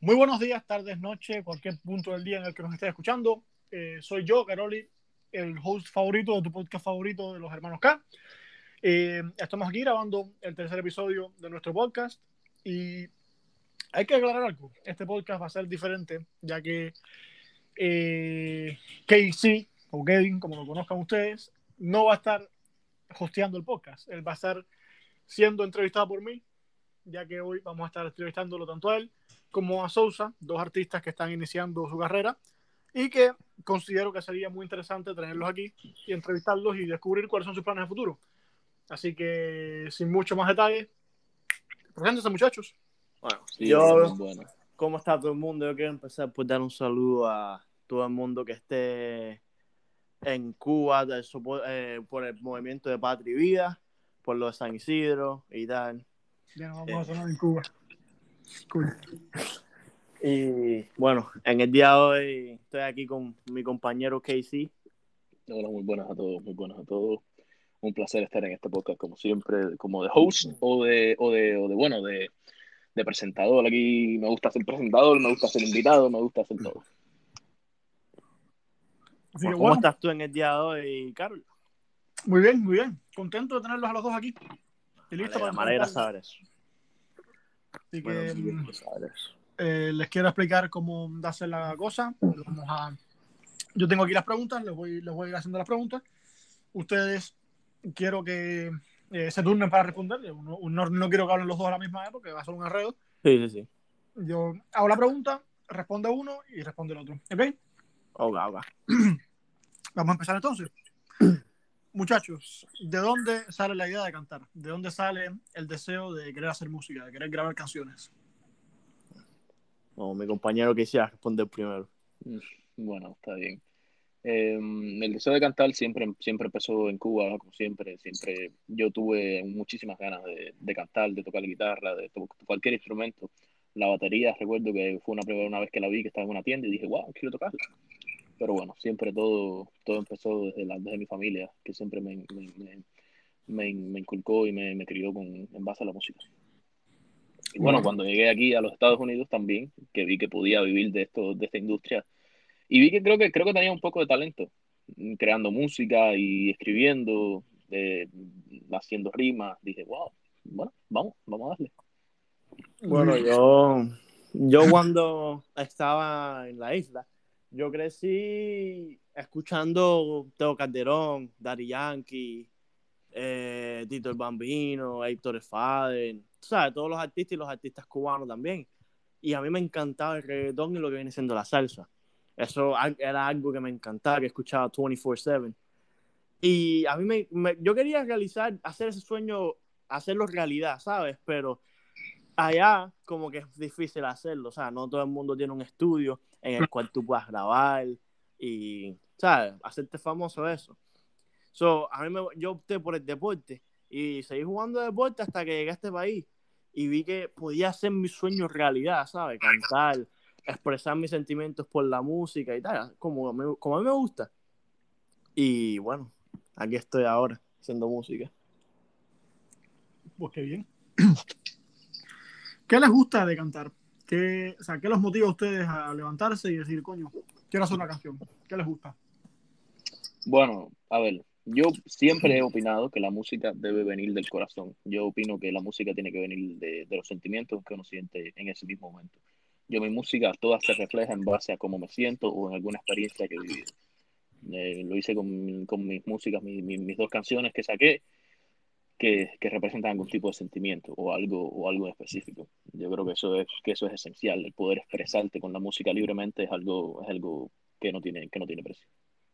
Muy buenos días, tardes, noches, cualquier punto del día en el que nos estés escuchando. Soy yo, Caroli, el host favorito de tu podcast favorito de los hermanos K. Estamos aquí grabando el tercer episodio de nuestro podcast y hay que aclarar algo. Este podcast va a ser diferente, ya que Casey, o Kevin, como lo conozcan ustedes, no va a estar hosteando el podcast. Él va a estar siendo entrevistado por mí, ya que hoy vamos a estar entrevistándolo tanto a él como a Sousa, dos artistas que están iniciando su carrera y que considero que sería muy interesante tenerlos aquí y entrevistarlos y descubrir cuáles son sus planes de futuro. Así que, sin mucho más detalles, preséntense, muchachos. Bueno, sí, muy bueno. ¿Cómo está todo el mundo? Yo quiero empezar por dar un saludo a todo el mundo que esté en Cuba por el movimiento de Patria y Vida, por lo de San Isidro y tal. Ya no vamos a sonar en Cuba. Cool. Y bueno, en el día de hoy estoy aquí con mi compañero Casey. Hola, muy buenas a todos, muy buenas a todos. Un placer estar en este podcast como siempre, como de host o de presentador. Aquí me gusta ser presentador, me gusta ser invitado, me gusta hacer todo. Así que, ¿Cómo estás tú en el día de hoy, Carol? Muy bien, muy bien. Contento de tenerlos a los dos aquí. Y listo Me alegra saber eso. Así que les quiero explicar cómo hacer la cosa. Yo tengo aquí las preguntas, les voy a ir haciendo las preguntas. Ustedes quiero que se turnen para responder. No quiero que hablen los dos a la misma vez porque va a ser un arreo. Sí. Yo hago la pregunta, responde uno y responde el otro. ¿Ok? Ok. Vamos a empezar entonces. Muchachos, ¿de dónde sale la idea de cantar? ¿De dónde sale el deseo de querer hacer música, de querer grabar canciones? Mi compañero quisiera responder primero. Bueno, está bien. El deseo de cantar siempre empezó en Cuba, ¿no? Como siempre yo tuve muchísimas ganas de cantar, de tocar la guitarra, de tocar cualquier instrumento. La batería, recuerdo que fue una vez que la vi, que estaba en una tienda y dije, wow, quiero tocarla. Pero bueno, siempre todo empezó desde mi familia, que siempre me inculcó y me crió en base a la música. Y bueno, cuando llegué aquí a los Estados Unidos también, que vi que podía vivir de esta industria, y vi que creo que tenía un poco de talento, creando música y escribiendo, haciendo rimas. Dije, wow, bueno, vamos a darle. Bueno, yo cuando estaba en la isla, yo crecí escuchando Teo Calderón, Daddy Yankee, Tito el Bambino, Héctor el Father, ¿sabes? Todos los artistas y los artistas cubanos también. Y a mí me encantaba el reggaetón y lo que viene siendo la salsa. Eso era algo que me encantaba, que escuchaba 24/7. Y a mí yo quería hacer ese sueño, hacerlo realidad, ¿sabes? Pero allá como que es difícil hacerlo, o sea, no todo el mundo tiene un estudio en el cual tú puedas grabar y, ¿sabes? Hacerte famoso eso. Yo opté por el deporte y seguí jugando deporte hasta que llegué a este país y vi que podía hacer mi sueño realidad, ¿sabes? Cantar, expresar mis sentimientos por la música y tal, como a mí me gusta. Y bueno, aquí estoy ahora haciendo música. Pues qué bien. ¿Qué les gusta de cantar? ¿Qué los motiva a ustedes a levantarse y decir, coño, quiero hacer una canción? ¿Qué les gusta? Bueno, a ver, yo siempre he opinado que la música debe venir del corazón. Yo opino que la música tiene que venir de los sentimientos que uno siente en ese mismo momento. Mi música toda se refleja en base a cómo me siento o en alguna experiencia que he vivido. Lo hice con mis músicas, mis dos canciones que saqué, que representan algún tipo de sentimiento o algo específico. Yo creo que eso es esencial. El poder expresarte con la música libremente es algo que no tiene precio.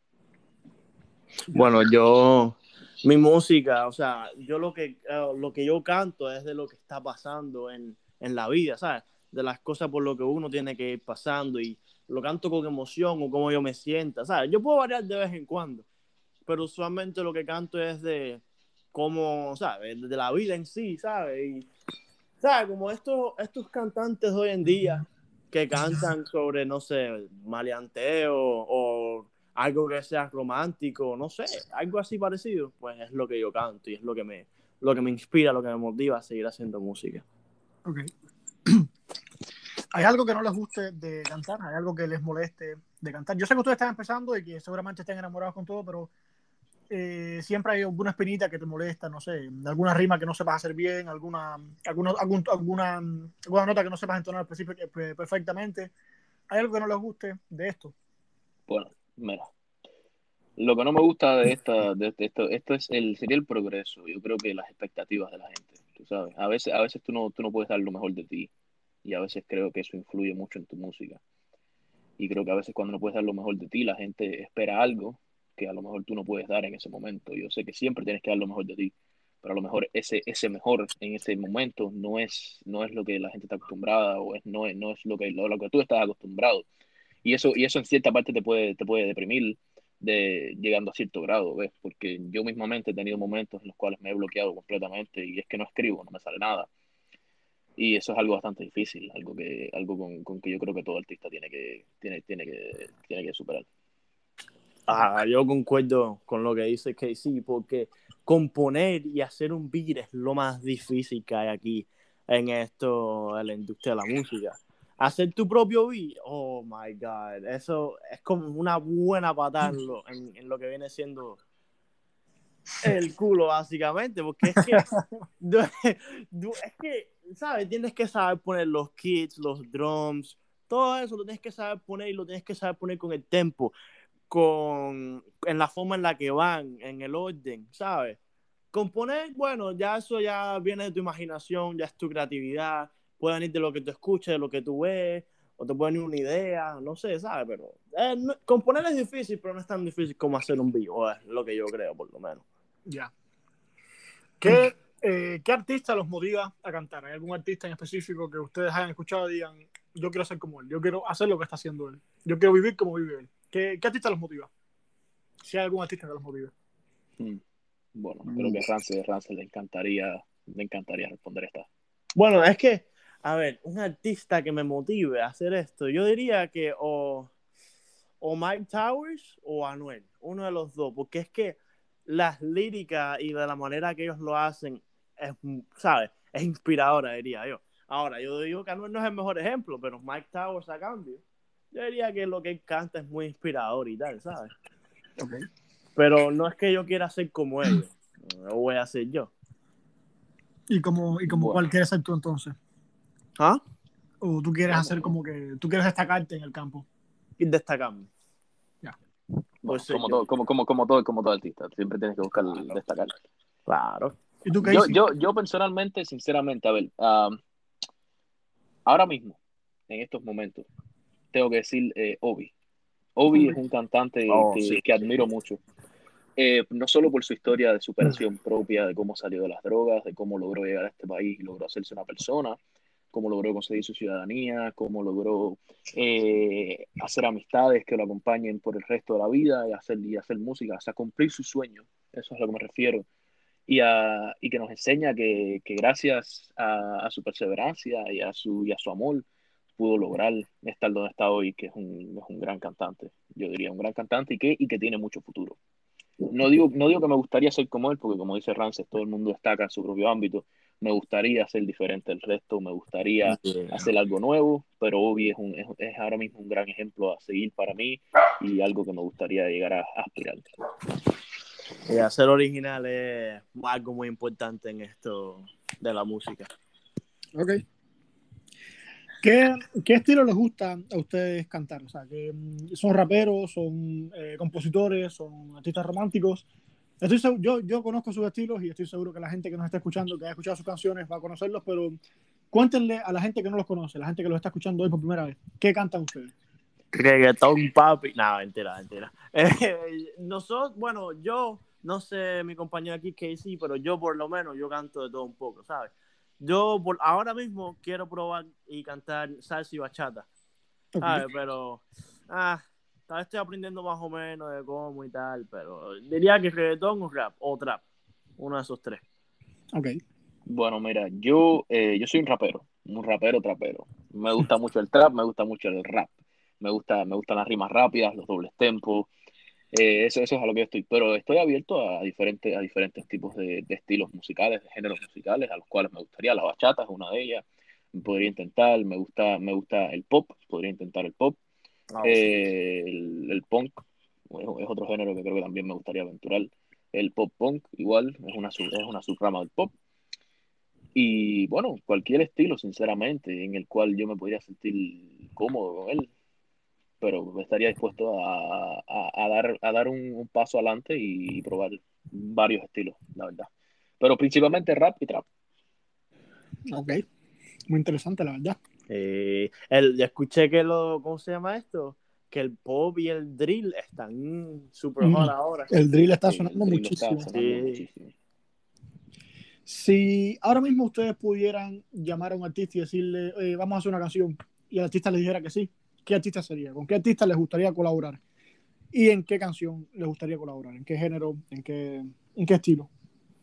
Bueno, mi música, o sea, yo lo que yo canto es de lo que está pasando en la vida, ¿sabes? De las cosas por lo que uno tiene que ir pasando y lo canto con emoción o como yo me sienta, ¿sabes? Yo puedo variar de vez en cuando, pero usualmente lo que canto es de cómo, ¿sabes? De la vida en sí, ¿sabes? Y, ¿sabes? Como estos cantantes de hoy en día que cantan sobre, no sé, maleanteo o algo que sea romántico, no sé, algo así parecido, pues es lo que yo canto y es lo que me inspira, lo que me motiva a seguir haciendo música. Ok. ¿Hay algo que no les guste de cantar? ¿Hay algo que les moleste de cantar? Yo sé que ustedes están empezando y que seguramente estén enamorados con todo, pero siempre hay alguna espinita que te molesta, no sé, alguna rima que no sepas hacer bien, alguna nota que no sepas entonar perfectamente. ¿Hay algo que no les guste de esto? Bueno, mira, lo que no me gusta esto sería el progreso. Yo creo que las expectativas de la gente, tú sabes, a veces tú no puedes dar lo mejor de ti y a veces creo que eso influye mucho en tu música. Y creo que a veces cuando no puedes dar lo mejor de ti, la gente espera algo que a lo mejor tú no puedes dar en ese momento. Yo sé que siempre tienes que dar lo mejor de ti, pero a lo mejor ese mejor en ese momento no es lo que la gente está acostumbrada o no es lo que tú estás acostumbrado. Y eso en cierta parte te puede deprimir llegando a cierto grado, ¿ves? Porque yo mismamente he tenido momentos en los cuales me he bloqueado completamente y es que no escribo, no me sale nada. Y eso es algo bastante difícil, algo con que yo creo que todo artista tiene que superar. Yo concuerdo con lo que dice Casey, porque componer y hacer un beat es lo más difícil que hay aquí en la industria de la música. Hacer tu propio beat, oh my God, eso es como una buena patada en lo que viene siendo el culo, básicamente, porque ¿sabes? Tienes que saber poner los kits, los drums, todo eso lo tienes que saber poner y lo tienes que saber poner con el tempo, en la forma en la que van, en el orden, ¿sabes? Componer, bueno, ya eso ya viene de tu imaginación, ya es tu creatividad, puede venir de lo que tú escuches, de lo que tú ves, o te puede venir una idea, no sé, ¿sabes? Pero componer es difícil, pero no es tan difícil como hacer un beat, o es lo que yo creo, por lo menos. Ya. ¿Qué artista los motiva a cantar? ¿Hay algún artista en específico que ustedes hayan escuchado y digan, yo quiero ser como él, yo quiero hacer lo que está haciendo él, yo quiero vivir como vive él? ¿Qué artista los motiva? Si hay algún artista que los motive. Bueno, creo que a Rance le encantaría responder esta. Bueno, es que, a ver, un artista que me motive a hacer esto, yo diría que o Mike Towers o Anuel, uno de los dos, porque es que las líricas y de la manera que ellos lo hacen, ¿sabes? Es inspiradora, diría yo. Ahora, yo digo que Anuel no es el mejor ejemplo, pero Mike Towers a cambio, yo diría que lo que él canta es muy inspirador y tal, ¿sabes? Okay. Pero no es que yo quiera ser como ellos, lo voy a hacer yo. ¿Y como Bueno. cuál quieres ser tú entonces? ¿Ah? ¿O tú quieres hacer como que tú quieres destacarte en el campo? Y destacarme. Ya. Bueno, Pues como todo artista, siempre tienes que buscar destacar. Claro. ¿Y tú qué Yo, hiciste? yo personalmente, sinceramente, a ver, ahora mismo, en estos momentos, tengo que decir Obi. Obi es un cantante Oh, sí. que admiro mucho. No solo por su historia de superación propia, de cómo salió de las drogas, de cómo logró llegar a este país y logró hacerse una persona, cómo logró conseguir su ciudadanía, cómo logró hacer amistades que lo acompañen por el resto de la vida y hacer música, o sea, cumplir sus sueños, eso es a lo que me refiero, y que nos enseña que gracias a su perseverancia y a su amor pudo lograr estar donde está hoy, que es un gran cantante, yo diría, un gran cantante y que tiene mucho futuro. No digo que me gustaría ser como él, porque como dice Rances, todo el mundo destaca en su propio ámbito. Me gustaría ser diferente del resto, me gustaría hacer algo nuevo, pero Obi es ahora mismo un gran ejemplo a seguir para mí y algo que me gustaría llegar a aspirar. Y hacer original es algo muy importante en esto de la música. Ok. ¿Qué estilo les gusta a ustedes cantar? O sea, que son raperos, son compositores, son artistas románticos. Yo conozco sus estilos y estoy seguro que la gente que nos está escuchando, que ha escuchado sus canciones, va a conocerlos, pero cuéntenle a la gente que no los conoce, la gente que los está escuchando hoy por primera vez, ¿qué cantan ustedes? Reggaetón, papi. No, mentira. Nosotros, bueno, yo no sé mi compañero aquí Casey, pero yo por lo menos yo canto de todo un poco, ¿sabes? Ahora mismo quiero probar y cantar salsa y bachata, ¿sabes? Okay. Pero tal vez estoy aprendiendo más o menos de cómo y tal, pero diría que reggaetón o rap o trap, uno de esos tres. Ok. Bueno, mira, yo soy un rapero trapero. Me gusta mucho el trap, me gusta mucho el rap. Me gustan las rimas rápidas, los dobles tempos. Eso es a lo que yo estoy, pero estoy abierto a diferentes tipos de estilos musicales, de géneros musicales, a los cuales me gustaría. La bachata es una de ellas, podría intentar, me gusta el pop, podría intentar el pop. El punk es otro género que creo que también me gustaría aventurar. El pop punk igual es una subrama del pop. Y bueno, cualquier estilo, sinceramente, en el cual yo me podría sentir cómodo con él, pero estaría dispuesto a dar un paso adelante y probar varios estilos, la verdad. Pero principalmente rap y trap. Ok, muy interesante, la verdad. Ya escuché que ¿cómo se llama esto? Que el pop y el drill están súper hot ahora. El drill está Sí, sonando el drill está muchísimo. sonando Sí. muchísimo. Si ahora mismo ustedes pudieran llamar a un artista y decirle, vamos a hacer una canción, y el artista les dijera que sí, ¿qué artista sería? ¿Con qué artista les gustaría colaborar? ¿Y en qué canción les gustaría colaborar? ¿En qué género? ¿En qué estilo?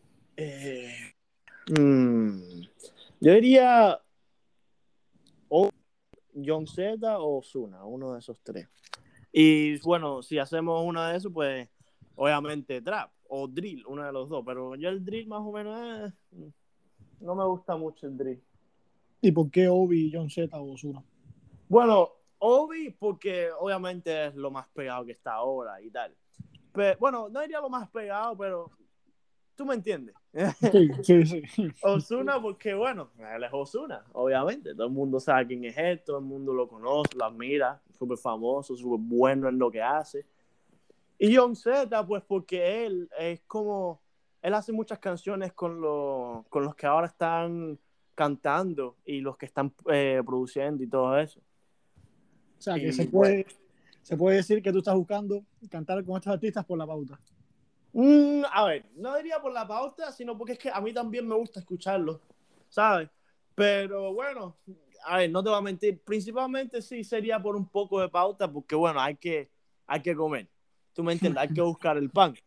Yo diría o John Z o Ozuna, uno de esos tres. Y bueno, si hacemos uno de esos, pues obviamente trap o drill, uno de los dos. Pero yo el drill más o menos no me gusta mucho el drill. ¿Y por qué Obi, John Z o Ozuna? Bueno, Obi porque obviamente es lo más pegado que está ahora y tal. Pero, bueno, no diría lo más pegado, pero tú me entiendes. Sí. Ozuna porque, bueno, él es Ozuna, obviamente. Todo el mundo sabe quién es él, todo el mundo lo conoce, lo admira, súper famoso, súper bueno en lo que hace. Y John Z, pues porque él es como, él hace muchas canciones con los que ahora están cantando y los que están produciendo y todo eso. O sea, que Y se bueno, puede decir que tú estás buscando cantar con estos artistas por la pauta. a ver, no diría por la pauta, sino porque es que a mí también me gusta escucharlo, ¿sabes? Pero bueno, a ver, no te voy a mentir, principalmente sí sería por un poco de pauta, porque bueno, hay que comer, tú me entiendes, hay que buscar el pan.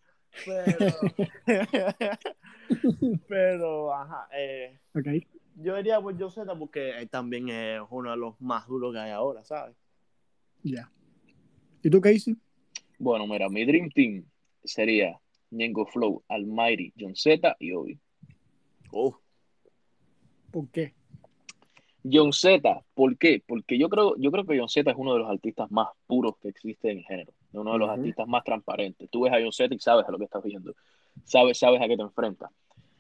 Pero ajá, Okay. yo diría por José porque él también es uno de los más duros que hay ahora, ¿sabes? Ya. ¿Y tú, Casey? Bueno, mira, mi Dream Team sería Ñengo Flow, Almighty, John Z y Obi. ¿Por qué? John Z, ¿por qué? Porque yo creo que John Z es uno de los artistas más puros que existe en el género, es uno de los Uh-huh. artistas más transparentes. Tú ves a John Z y sabes a lo que estás viendo, sabes a qué te enfrentas.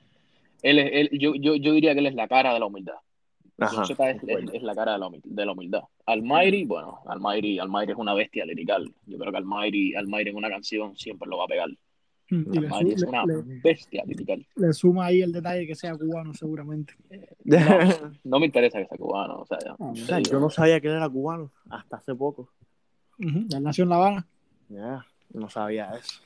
Yo diría que él es la cara de la humildad. John Ajá, Z concuerdo. es la cara de la humildad. Almighty, bueno, Almighty es una bestia lirical. Yo creo que Almighty en una canción siempre lo va a pegar. Y Almighty es una bestia lirical. le suma ahí el detalle que sea cubano, seguramente. No, no me interesa que sea cubano, o sea, O te sea, yo digo, no sabía que él era cubano hasta hace poco. Él nació en La Habana. Ya, no sabía eso.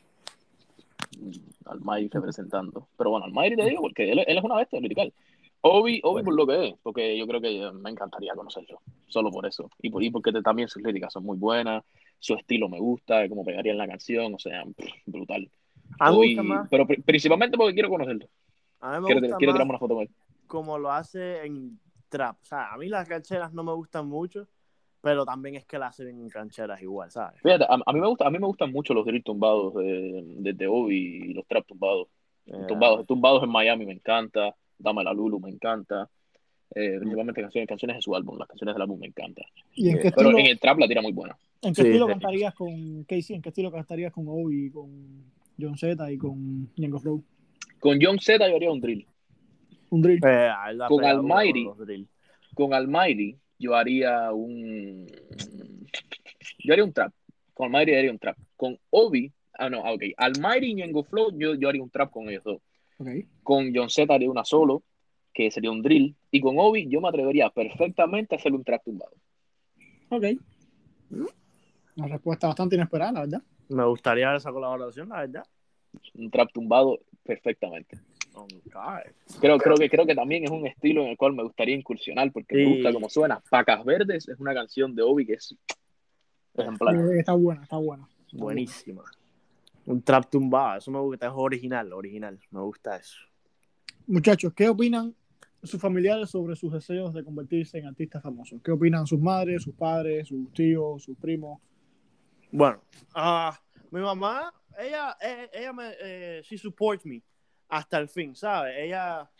Almighty representando. Pero bueno, Almighty te digo, porque él es una bestia lirical. Obi por lo que es, porque yo creo que me encantaría conocerlo, solo por eso. Y porque también sus líricas son muy buenas, su estilo me gusta, cómo pegaría en la canción, o sea, brutal. A mí me gusta Obi, más, pero principalmente porque quiero conocerlo. a mí me Quiero, gusta quiero más tirarme una foto con él. como lo hace en trap. O sea, a mí las rancheras no me gustan mucho, pero también es que las hacen en rancheras igual, ¿sabes? Fíjate, a mí me gustan mucho los drill tumbados de Obi y los trap tumbados. Eh, Tumbados en Miami me encanta, Dame la Lulu me encanta. Principalmente canciones de su álbum, las canciones del álbum me encantan. ¿Y Pero en el trap la tira muy buena. en qué sí, estilo sí. cantarías con Casey? ¿En qué estilo cantarías con Obi, con John Z y con Ñengo Flow? Con John Z yo haría un drill. Un drill. A él la Con pega duro con Almighty, los drill. con Almighty yo haría un trap. Con Almighty haría un trap. Con Obi, ok. Almighty y Ñengo Flow yo haría un trap con ellos dos. Okay. Con John Z haría una solo, que sería un drill. Y con Obi yo me atrevería perfectamente a hacer un trap tumbado. Ok. Una respuesta bastante inesperada, la verdad. Me gustaría ver esa colaboración, la verdad. Un trap tumbado perfectamente. Okay. Creo que también es un estilo en el cual me gustaría incursionar porque me gusta Y cómo suena. Pacas Verdes es una canción de Obi que es ejemplar. Está buena, está buena. Está buena. buenísima. Un trap tumbado, eso me gusta, es original, me gusta eso. Muchachos, ¿qué opinan sus familiares sobre sus deseos de convertirse en artistas famosos? ¿Qué opinan sus madres, sus padres, sus tíos, sus primos? Bueno, mi mamá, ella she supports me hasta el fin, ¿sabes? Ella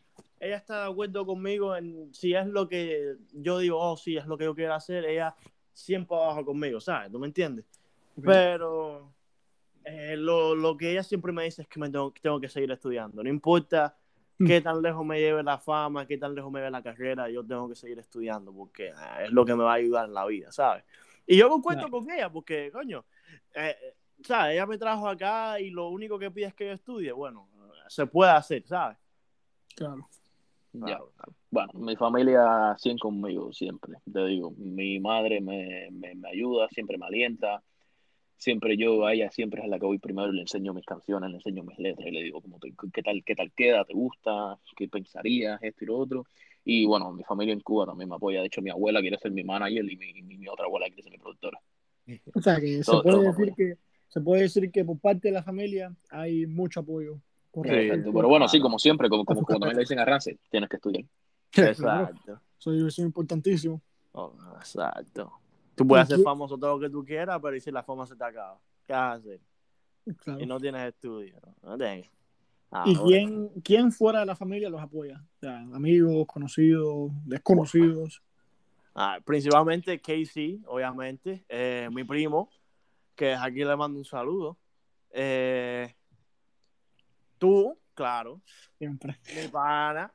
ella está de acuerdo conmigo en si es lo que yo digo, oh, sí, es lo que yo quiero hacer, ella siempre abajo conmigo, ¿sabes? ¿Tú me entiendes? Ok. Pero lo que ella siempre me dice es que tengo que seguir estudiando. No importa qué tan lejos me lleve la fama, qué tan lejos me lleve la carrera, yo tengo que seguir estudiando porque es lo que me va a ayudar en la vida, ¿sabes? Y yo concuerdo con ella porque, coño, ¿sabes? Ella me trajo acá y lo único que pide es que yo estudie. Bueno, se puede hacer, ¿sabes? Claro. Ya. Claro, claro. Bueno, mi familia siempre conmigo, siempre. Te digo, mi madre me ayuda, siempre me alienta. Siempre yo, a ella siempre es la que voy primero, le enseño mis canciones, le enseño mis letras y le digo, como qué tal queda? ¿Te gusta? ¿Qué pensarías? Esto y lo otro. Y bueno, mi familia en Cuba también me apoya. De hecho, mi abuela quiere ser mi manager y mi otra abuela quiere ser mi productora. O sea que Todo me apoya. se puede decir que por parte de la familia hay mucho apoyo con Sí, Exacto. respecto Pero bueno, sí, claro. como siempre, a sus como también le carreras. dicen a Rance, tienes que estudiar. Claro, Exacto. eso es importantísimo. Oh, exacto. Tú ¿Y puedes ser quién? famoso todo lo que tú quieras, pero ¿y si la fama se te acaba? ¿Qué vas a hacer? Y Claro. no tienes estudio. No tienes. ¿Y Ahora. quién fuera de la familia los apoya? O sea, amigos, conocidos, desconocidos. Principalmente Casey, obviamente. Mi primo, que aquí le mando un saludo. Eh, tú, claro. Siempre. Mi pana.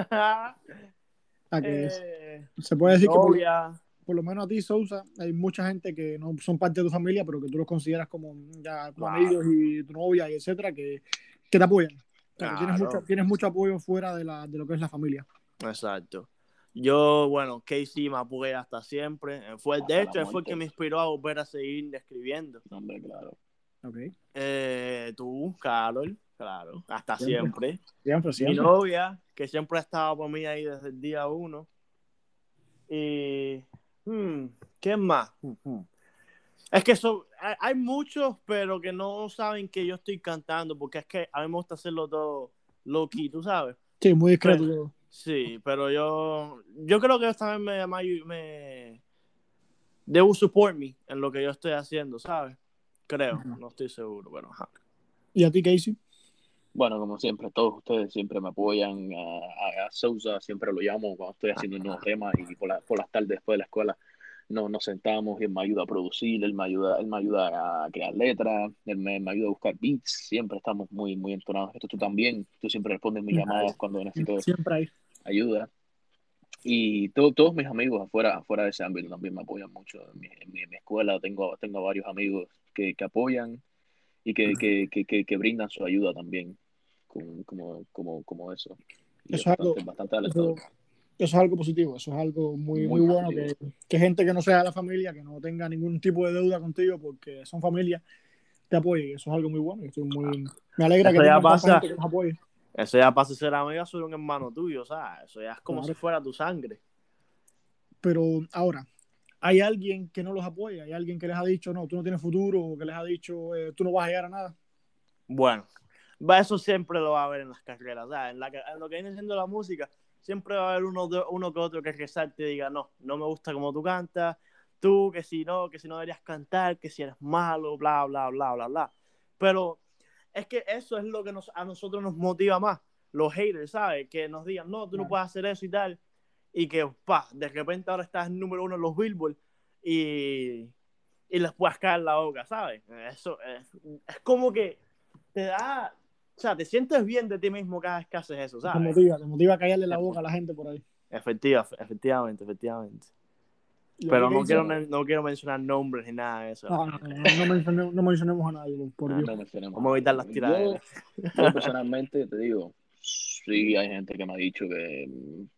O sea, que se puede Mi decir que novia. por lo menos a ti, Sousa, hay mucha gente que no son parte de tu familia, pero que tú los consideras como, ya, como amigos Claro, y tu novia, y etcétera, que te apoyan. O sea, que claro. tienes mucho apoyo fuera de lo que es la familia. Exacto. Yo, bueno, Casey me apoya hasta siempre. De Hasta la hecho, él fue el que muerte. me inspiró a volver a seguir escribiendo. No, hombre, claro. Ok. Tú, Carol, claro, hasta Siempre, siempre. siempre, Mi siempre. novia, que siempre ha estado por mí ahí desde el día uno. Y, ¿qué más? Es que hay muchos, pero que no saben que yo estoy cantando, porque es que a mí me gusta hacerlo todo low key, tú sabes. Sí, muy discreto Pero, todo. sí, pero yo creo que ellos también they will support me en lo que yo estoy haciendo, ¿sabes? Creo, Ajá. no estoy seguro, pero ajá. ¿Y a ti, Casey? Bueno, como siempre, todos ustedes siempre me apoyan. A Sousa siempre lo llamo cuando estoy haciendo un nuevo tema y por las tardes después de la escuela nos sentamos y él me ayuda a producir, él me ayuda a crear letras, me ayuda a buscar beats. Siempre estamos muy entonados. Esto tú también, tú siempre respondes mis llamadas cuando necesito Siempre hay. ayuda. Y todos mis amigos afuera de ese ámbito también me apoyan mucho. En mi escuela tengo varios amigos que apoyan y que brindan su ayuda también, como eso. Y es Eso es algo, bastante alentador. eso, eso es algo positivo, eso es algo muy Muy bueno positivo. que gente que no sea de la familia, que no tenga ningún tipo de deuda contigo porque son familia, te apoye. Eso es algo muy bueno. Me alegra que Eso ya tengan tanta pasa, gente que los apoye. eso ya pasa a ser amiga sobre un hermano tuyo, ¿sabes? Eso ya es como si Claro. fuera tu sangre. Pero ahora, hay alguien que no los apoya, hay alguien que les ha dicho, no, tú no tienes futuro, o que les ha dicho, tú no vas a llegar a nada. Bueno, eso siempre lo va a haber en las carreras, ¿sabes? En lo que viene siendo la música, siempre va a haber uno que otro que resalte y diga, no me gusta como tú cantas, tú, que si no deberías cantar, que si eres malo, bla, bla, bla, bla, bla. Pero es que eso es lo que a nosotros nos motiva más, los haters, ¿sabes? Que nos digan, no, tú no Claro. puedes hacer eso y tal, y que, de repente ahora estás en número uno en los Billboard y, y les puedas caer la boca, ¿sabes? Eso es como que te da, o sea, te sientes bien de ti mismo cada vez que haces eso, ¿sabes? Te motiva a callarle la boca a la gente por ahí. Efectivamente. Y a ti, Pero ¿qué dice? no quiero mencionar nombres ni nada de eso. No mencionemos a nadie, por Dios. No mencionemos a Vamos a evitar nadie. las tiraderas. Yo personalmente te digo, sí hay gente que me ha dicho que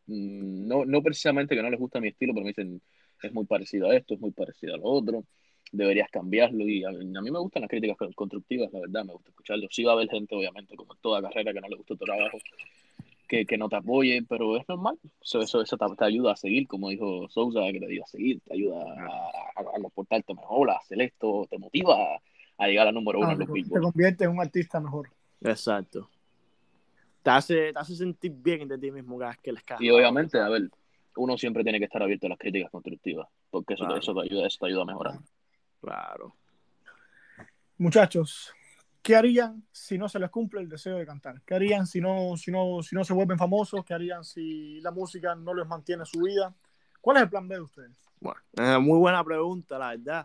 no precisamente que no les gusta mi estilo, pero me dicen es muy parecido a esto, es muy parecido a lo otro, deberías cambiarlo y a mí me gustan las críticas constructivas, la verdad, me gusta escucharlo. Sí va a haber gente, obviamente, como en toda carrera que no le gusta tu trabajo, que no te apoye, pero es normal. Eso te ayuda a seguir, como dijo Sousa, que te ayuda a seguir, te ayuda a comportarte mejor, a hacer esto, te motiva a llegar al número uno Ah, en los te Billboard. convierte en un artista mejor. Exacto. Te hace sentir bien de ti mismo cada vez que les caes Y la boca, obviamente, a ¿sabes? ver, uno siempre tiene que estar abierto a las críticas constructivas, porque Claro, eso te ayuda a mejorar. claro. Muchachos, ¿qué harían si no se les cumple el deseo de cantar? ¿Qué harían si no se vuelven famosos? ¿Qué harían si la música no les mantiene su vida? ¿Cuál es el plan B de ustedes? Bueno, muy buena pregunta, la verdad.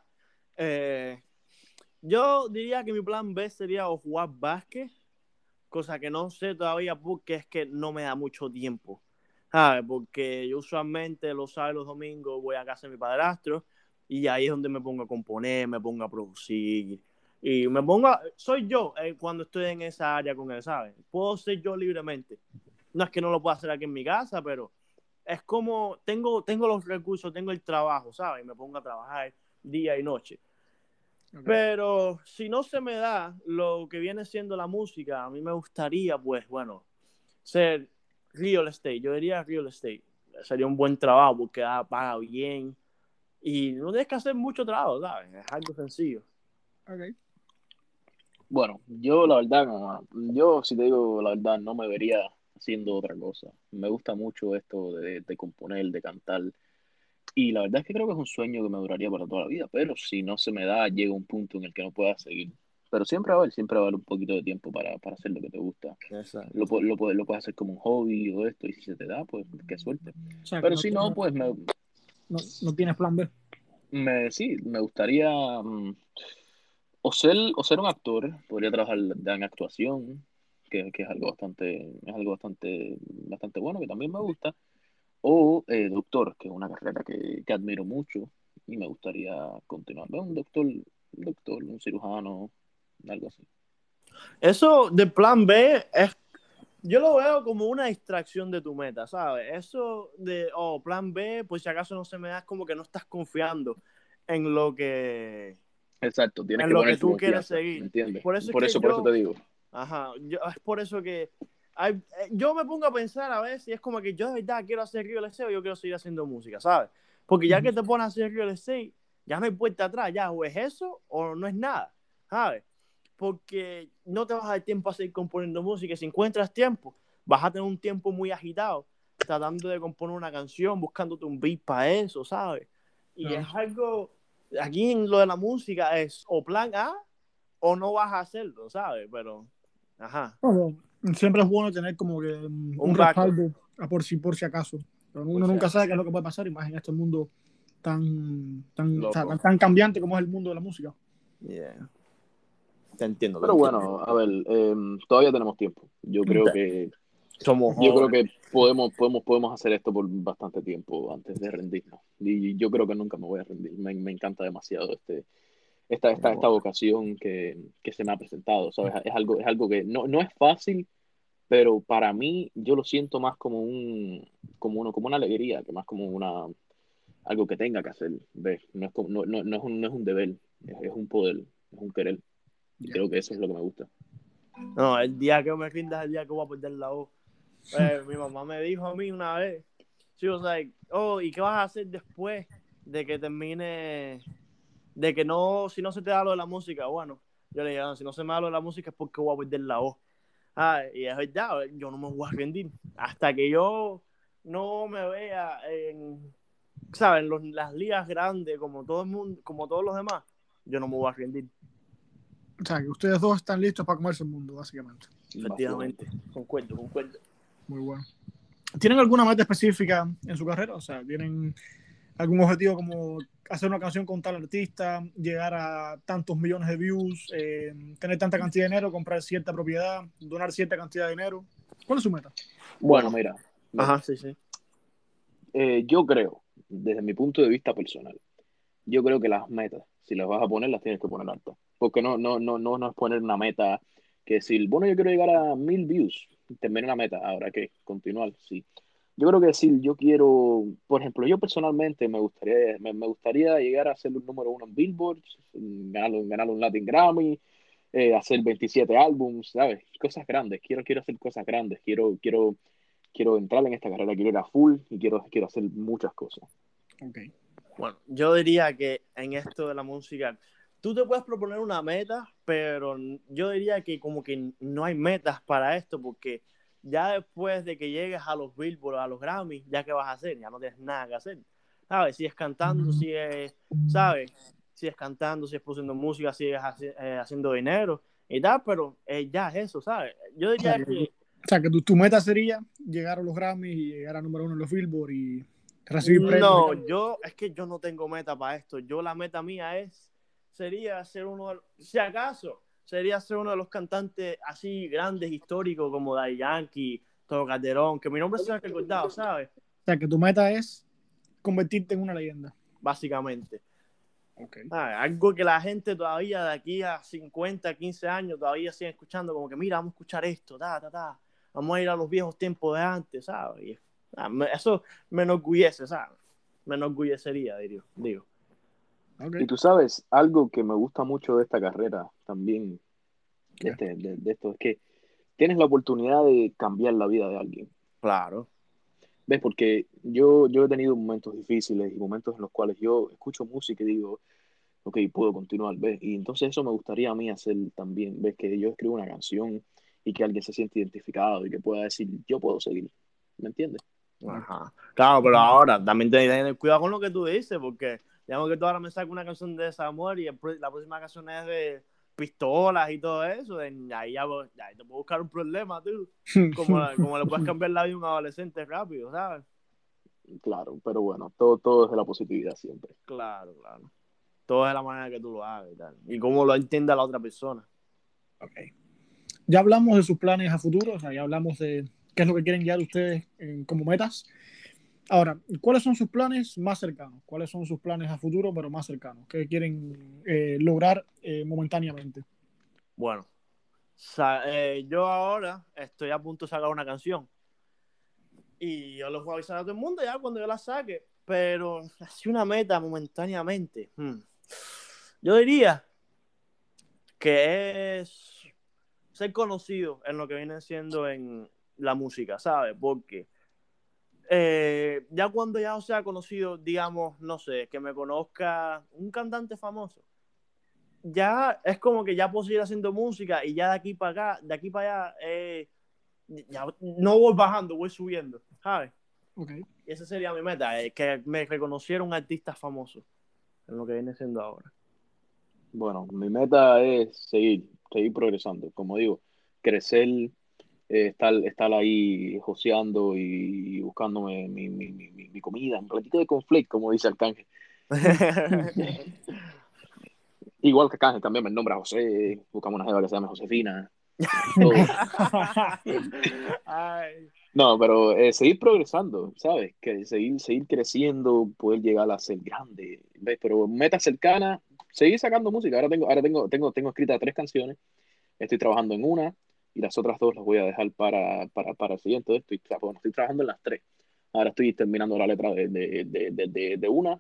Yo diría que mi plan B sería o jugar básquet, cosa que no sé todavía porque es que no me da mucho tiempo, ¿sabes? Porque yo usualmente los sábados y los domingos voy a casa de mi padrastro y ahí es donde me pongo a componer, me pongo a producir y soy yo cuando estoy en esa área con él, ¿sabes? Puedo ser yo libremente. No es que no lo pueda hacer aquí en mi casa, pero es como tengo los recursos, tengo el trabajo, ¿sabes? Y me pongo a trabajar día y noche. Okay. Pero si no se me da lo que viene siendo la música, a mí me gustaría, pues, bueno, ser real estate. Yo diría real estate. Sería un buen trabajo porque paga bien y no tienes que hacer mucho trabajo, ¿sabes? Es algo sencillo. Okay. Bueno, yo la verdad, yo si te digo la verdad, no me vería haciendo otra cosa. Me gusta mucho esto de componer, de cantar. Y la verdad es que creo que es un sueño que me duraría para toda la vida, pero si no se me da, llega un punto en el que no pueda seguir. Pero siempre va a haber un poquito de tiempo para hacer lo que te gusta. Exacto. Lo puedes hacer como un hobby o esto, y si se te da, pues qué suerte. O sea, Pero si no, pues no tienes plan B. sí, me gustaría o ser un actor, podría trabajar en actuación, que es algo bastante bueno, que también me gusta. O doctor, que es una carrera que admiro mucho y me gustaría continuar. ¿No? Un cirujano, algo así. Eso de plan B yo lo veo como una distracción de tu meta, ¿sabes? Eso de, plan B, pues si acaso no se me da, es como que no estás confiando en lo que, Exacto, tienes en que lo que poner tu tú quieres confianza, seguir. ¿me entiendes? Por eso es Por que eso te digo. es por eso que yo me pongo a pensar a veces y es como que yo de verdad quiero hacer real estate o yo quiero seguir haciendo música, ¿sabes? Porque ya que te pones a hacer real estate, ya no hay vuelta atrás, ya o es eso o no es nada, ¿sabes? Porque no te vas a dar tiempo a seguir componiendo música. Si encuentras tiempo, vas a tener un tiempo muy agitado tratando de componer una canción, buscándote un beat para eso, ¿sabes? Y es algo, aquí en lo de la música es o plan A o no vas a hacerlo, ¿sabes? Pero, ajá. Bueno, siempre es bueno tener como que un respaldo por si acaso. Pero uno nunca sabe qué es lo que puede pasar, y más en este mundo o sea, tan cambiante como es el mundo de la música. Yeah. Te entiendo. Pero bueno, a ver, todavía tenemos tiempo. Yo creo que podemos hacer esto por bastante tiempo antes de rendirnos. Y yo creo que nunca me voy a rendir. Me encanta demasiado esta vocación que se me ha presentado, ¿sabes? Es algo que no es fácil, pero para mí yo lo siento más como una alegría, que más como algo que tenga que hacer, ¿ves? No es un deber, es un poder, es un querer. Y creo que eso es lo que me gusta. No, el día que me rinda es el día que voy a perder la voz. Mi mamá me dijo a mí una vez, she was like, ¿y qué vas a hacer después de que termine, de que no, si no se te da lo de la música? Bueno, yo le dije, si no se me da lo de la música es porque voy a perder la voz. Y es verdad, yo no me voy a rendir. Hasta que yo no me vea ¿sabes? Las ligas grandes, como todo el mundo, como todos los demás, yo no me voy a rendir. O sea, que ustedes dos están listos para comerse el mundo, básicamente. Efectivamente, concuerdo. Muy bueno. ¿Tienen alguna meta específica en su carrera? O sea, ¿tienen algún objetivo como hacer una canción con tal artista, llegar a tantos millones de views, tener tanta cantidad de dinero, comprar cierta propiedad, donar cierta cantidad de dinero? ¿Cuál es su meta? Bueno, mira. Ajá, sí. Yo creo, desde mi punto de vista personal, yo creo que las metas, si las vas a poner, las tienes que poner altas. Porque no es poner una meta que decir, bueno, yo quiero llegar a 1000 views, terminar una meta, ahora que continuar, sí. Yo creo que decir, yo quiero, por ejemplo, yo personalmente me gustaría llegar a ser un número uno en Billboard, ganar un Latin Grammy, hacer 27 álbums, ¿sabes? Cosas grandes, quiero hacer cosas grandes, quiero entrar en esta carrera, quiero ir a full y quiero hacer muchas cosas. Okay. Bueno, yo diría que en esto de la música, tú te puedes proponer una meta, pero yo diría que como que no hay metas para esto, porque ya después de que llegues a los Billboard, a los Grammy, ya qué vas a hacer, ya no tienes nada que hacer. ¿Sabes? Sigues cantando, ¿sabes? Sigues cantando, sigues produciendo música, sigues haciendo dinero y tal, pero ya es eso, ¿sabes? Yo diría que... O sea, que tu meta sería llegar a los Grammys y llegar a número 1 en los Billboard y recibir premios. No, es que yo no tengo meta para esto. Yo la meta mía sería ser si acaso, sería ser uno de los cantantes así grandes, históricos como Daddy Yankee, Todo Calderón, que mi nombre sea recordado, ¿sabes? O sea, que tu meta es convertirte en una leyenda. Básicamente. Okay. Algo que la gente todavía de aquí a 50, 15 años todavía sigue escuchando, como que mira, vamos a escuchar esto, vamos a ir a los viejos tiempos de antes, ¿sabes? Y, eso me enorgullece, ¿sabes? Me enorgullecería, digo. Okay. Y tú sabes, algo que me gusta mucho de esta carrera también, de esto, es que tienes la oportunidad de cambiar la vida de alguien. Claro. ¿Ves? Porque yo he tenido momentos difíciles y momentos en los cuales yo escucho música y digo, ok, puedo continuar, ¿ves? Y entonces eso me gustaría a mí hacer también, ¿ves? Que yo escribo una canción y que alguien se siente identificado y que pueda decir, yo puedo seguir, ¿me entiendes? Ajá. Claro, pero ahora también tienes que tener cuidado con lo que tú dices, porque digamos que tú ahora me sacas una canción de desamor y la próxima canción es de pistolas y todo eso, ahí ya te puedo buscar un problema, tú. Como le puedes cambiar la vida a un adolescente rápido, ¿sabes? Claro, pero bueno, todo es de la positividad siempre. Claro. Todo es de la manera que tú lo hagas y tal. Y cómo lo entienda la otra persona. Okay. Ya hablamos de sus planes a futuro, o sea, ya hablamos de qué es lo que quieren llegar ustedes como metas. Ahora, ¿cuáles son sus planes más cercanos? ¿Cuáles son sus planes a futuro, pero más cercanos? ¿Qué quieren lograr momentáneamente? Bueno, yo ahora estoy a punto de sacar una canción. Y yo les voy a avisar a todo el mundo ya cuando yo la saque. Pero así una meta momentáneamente. Yo diría que es ser conocido en lo que viene siendo en la música, ¿sabes? Porque ya cuando ya sea conocido, digamos, no sé, que me conozca un cantante famoso, ya es como que ya puedo seguir haciendo música y ya de aquí para acá, de aquí para allá, ya no voy bajando, voy subiendo, ¿sabes? Okay. Y esa sería mi meta, que me reconociera un artista famoso en lo que viene siendo ahora. Bueno, mi meta es seguir progresando, como digo, crecer, estar ahí joseando y buscándome mi comida, un platito de conflict, como dice Arcángel. Igual que Arcángel también me nombra José, buscamos una jeva que se llame Josefina. Todo. No, pero seguir progresando, ¿sabes? Que seguir creciendo, poder llegar a ser grande, ¿ves? Pero meta cercana, seguir sacando música. Tengo escritas 3 canciones, estoy trabajando en una y las otras 2 las voy a dejar para el siguiente. Estoy trabajando en las 3. Ahora estoy terminando la letra de una,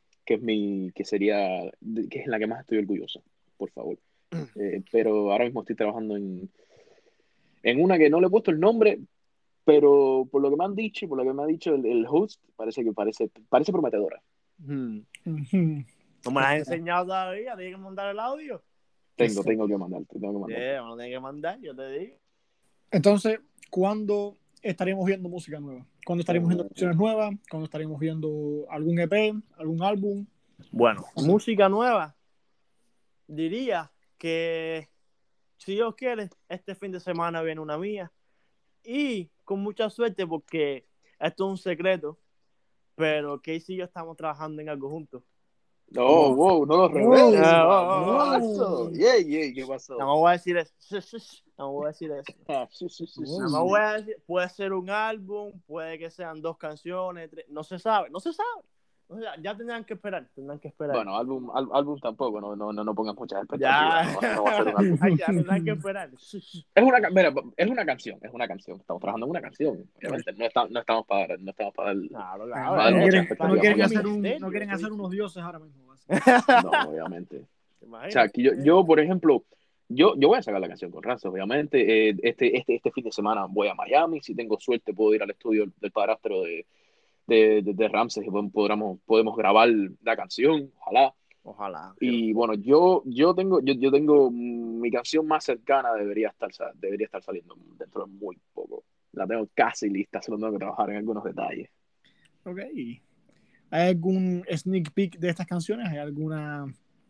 que es la que más estoy orgulloso, por favor. Pero ahora mismo estoy trabajando en una que no le he puesto el nombre, pero por lo que me han dicho, por lo que me ha dicho el host, parece prometedora. ¿No me la has enseñado todavía? ¿Tienes que mandar el audio? Tengo que mandarte. Me lo tienes que mandar, yo te digo. Entonces, ¿cuándo estaremos viendo música nueva? ¿Cuándo estaremos viendo canciones nuevas? ¿Cuándo estaremos viendo algún EP, algún álbum? Bueno, música nueva. Diría que, si Dios quiere, este fin de semana viene una mía. Y con mucha suerte, porque esto es un secreto, pero Casey y yo estamos trabajando en algo juntos. Oh, wow, no lo reveles. ¿Qué pasó? ¿Qué pasó? No me voy a decir eso. No me voy a decir eso. No me voy a decir, puede ser un álbum, puede que sean 2 canciones, 3, no se sabe. Ya tendrán que esperar. Bueno, álbum tampoco, no pongas muchas expectativas. Ya. No va a ser un álbum. Ya tendrán que esperar. Mira, es una canción. Estamos trabajando en una canción. Obviamente, no estamos para dar Claro, No muchas quieren expectativas. hacer unos dioses ahora mismo. No, obviamente. O sea, que yo, por ejemplo, yo voy a sacar la canción con Ransom, obviamente. Este fin de semana voy a Miami. Si tengo suerte, puedo ir al estudio del padrastro de Ramses y podemos grabar la canción, ojalá. Ojalá. Y bueno, yo tengo mi canción más cercana, debería estar saliendo dentro de muy poco. La tengo casi lista, solo tengo que trabajar en algunos detalles. Ok. ¿Hay algún sneak peek de estas canciones? ¿Hay alguna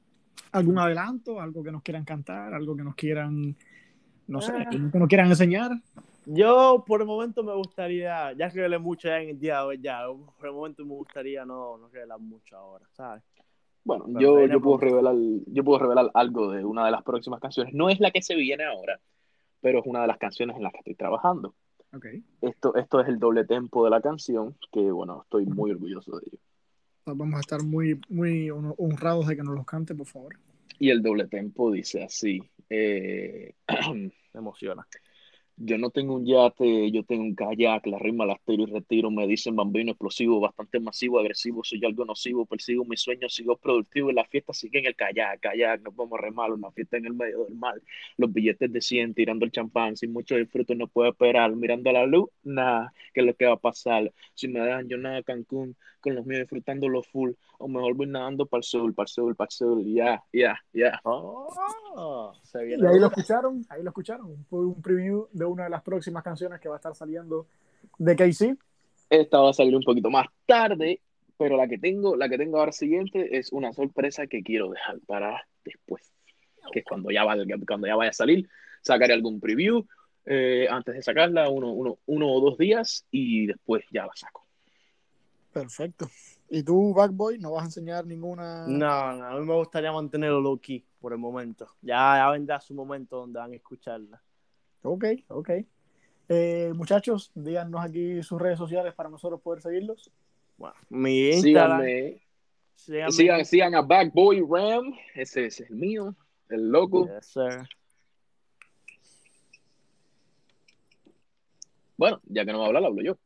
¿Algún adelanto? ¿Algo que nos quieran cantar? ¿Algo que nos quieran, no sé, algo que nos quieran enseñar? Yo por el momento me gustaría, ya que hablé mucho ya en el día de hoy, ya, por el momento me gustaría no revelar mucho ahora, ¿sabes? Bueno, Pero se viene pronto. yo puedo revelar algo de una de las próximas canciones. No es la que se viene ahora, pero es una de las canciones en las que estoy trabajando. Okay. Esto es el doble tempo de la canción, que bueno, estoy muy orgulloso de ello. Vamos a estar muy, muy honrados de que nos los cante, por favor. Y el doble tempo dice así. Me emociona. Yo no tengo un yate, yo tengo un kayak, la rima las tiro y retiro, me dicen bambino explosivo, bastante masivo, agresivo, soy algo nocivo, persigo mis sueños, sigo productivo y la fiesta sigue en el kayak, nos vamos a remar, una fiesta en el medio del mar, los billetes de 100 tirando el champán, sin mucho disfrute no puedo esperar, mirando a la luz, nada, ¿qué es lo que va a pasar? Si me dejan yo nada Cancún, con los míos disfrutando los full, o mejor voy nadando para el sur, ya. Se Y viene ahí dura. ahí lo escucharon. Fue un preview de una de las próximas canciones que va a estar saliendo de KC. Esta va a salir un poquito más tarde, pero la que tengo ahora siguiente es una sorpresa que quiero dejar para después, que es cuando ya vaya a salir, sacaré algún preview antes de sacarla, uno o 2 días, y después ya la saco. Perfecto. ¿Y tú, Backboy, no vas a enseñar ninguna? No, a mí me gustaría mantenerlo low key por el momento. Ya vendrá su momento donde van a escucharla. Ok. Muchachos, díganos aquí sus redes sociales para nosotros poder seguirlos. Bueno, mi Instagram. Sigan a Backboy Ram, ese es el mío, el loco. Yes, sir. Bueno, ya que no va a hablar, hablo yo.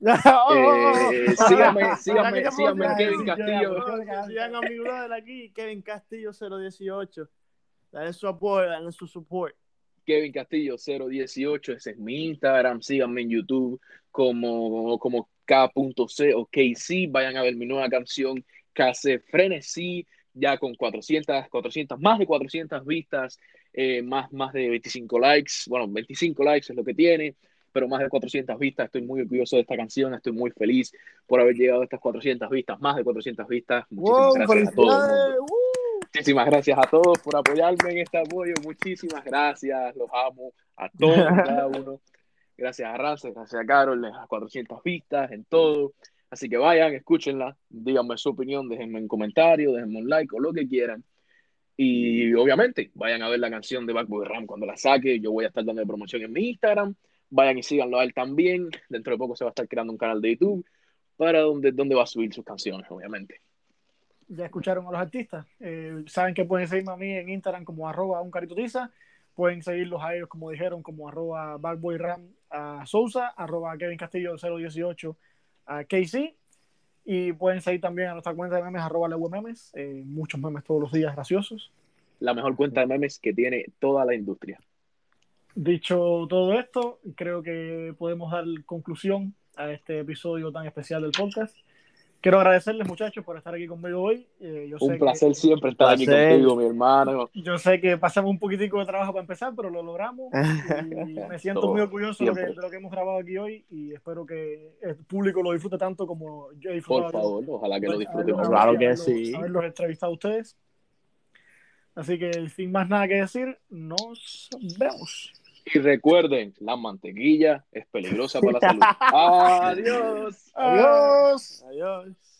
Síganme en Kevin Castillo. Sigan a mi brother aquí, Kevin Castillo 018. Dale su apoyo, dale su support. Kevin Castillo 018, ese es mi Instagram. Síganme en YouTube como K.C o KC. Vayan a ver mi nueva canción, Case Frenesí, ya con 400, más de 400 vistas, más de 25 likes. Bueno, 25 likes es lo que tiene, pero más de 400 vistas. Estoy muy orgulloso de esta canción, estoy muy feliz por haber llegado a estas 400 vistas, más de 400 vistas. Muchísimas gracias a todo el mundo. Muchísimas gracias a todos por apoyarme en este apoyo. Muchísimas gracias. Los amo a todos, cada uno. Gracias a Rance, gracias a Carol, las 400 vistas en todo. Así que vayan, escúchenla, díganme su opinión, déjenme un comentario, déjenme un like o lo que quieran. Y obviamente, vayan a ver la canción de Backboy Ram cuando la saque. Yo voy a estar dando promoción en mi Instagram. Vayan y síganlo a él también. Dentro de poco se va a estar creando un canal de YouTube para donde va a subir sus canciones, obviamente. Ya escucharon a los artistas. Saben que pueden seguirme a mí en Instagram como @uncaritotiza. Pueden seguirlos a ellos, como dijeron, como @backboyram a Sousa, @Kevin Castillo 018 a KC. Y pueden seguir también a nuestra cuenta de memes, @lewememes. Muchos memes todos los días graciosos. La mejor cuenta de memes que tiene toda la industria. Dicho todo esto, creo que podemos dar conclusión a este episodio tan especial del podcast. Quiero agradecerles, muchachos, por estar aquí conmigo hoy. Un placer siempre estar aquí contigo, mi hermano. Yo sé que pasamos un poquitico de trabajo para empezar, pero lo logramos. Y me siento muy orgulloso de lo que hemos grabado aquí hoy, y espero que el público lo disfrute tanto como yo he disfrutado. Por favor, ojalá que lo disfruten. Claro que sí. Haberlos entrevistado a ustedes. Así que sin más nada que decir, nos vemos. Y recuerden, la mantequilla es peligrosa para la salud. Adiós. Adiós. Adiós.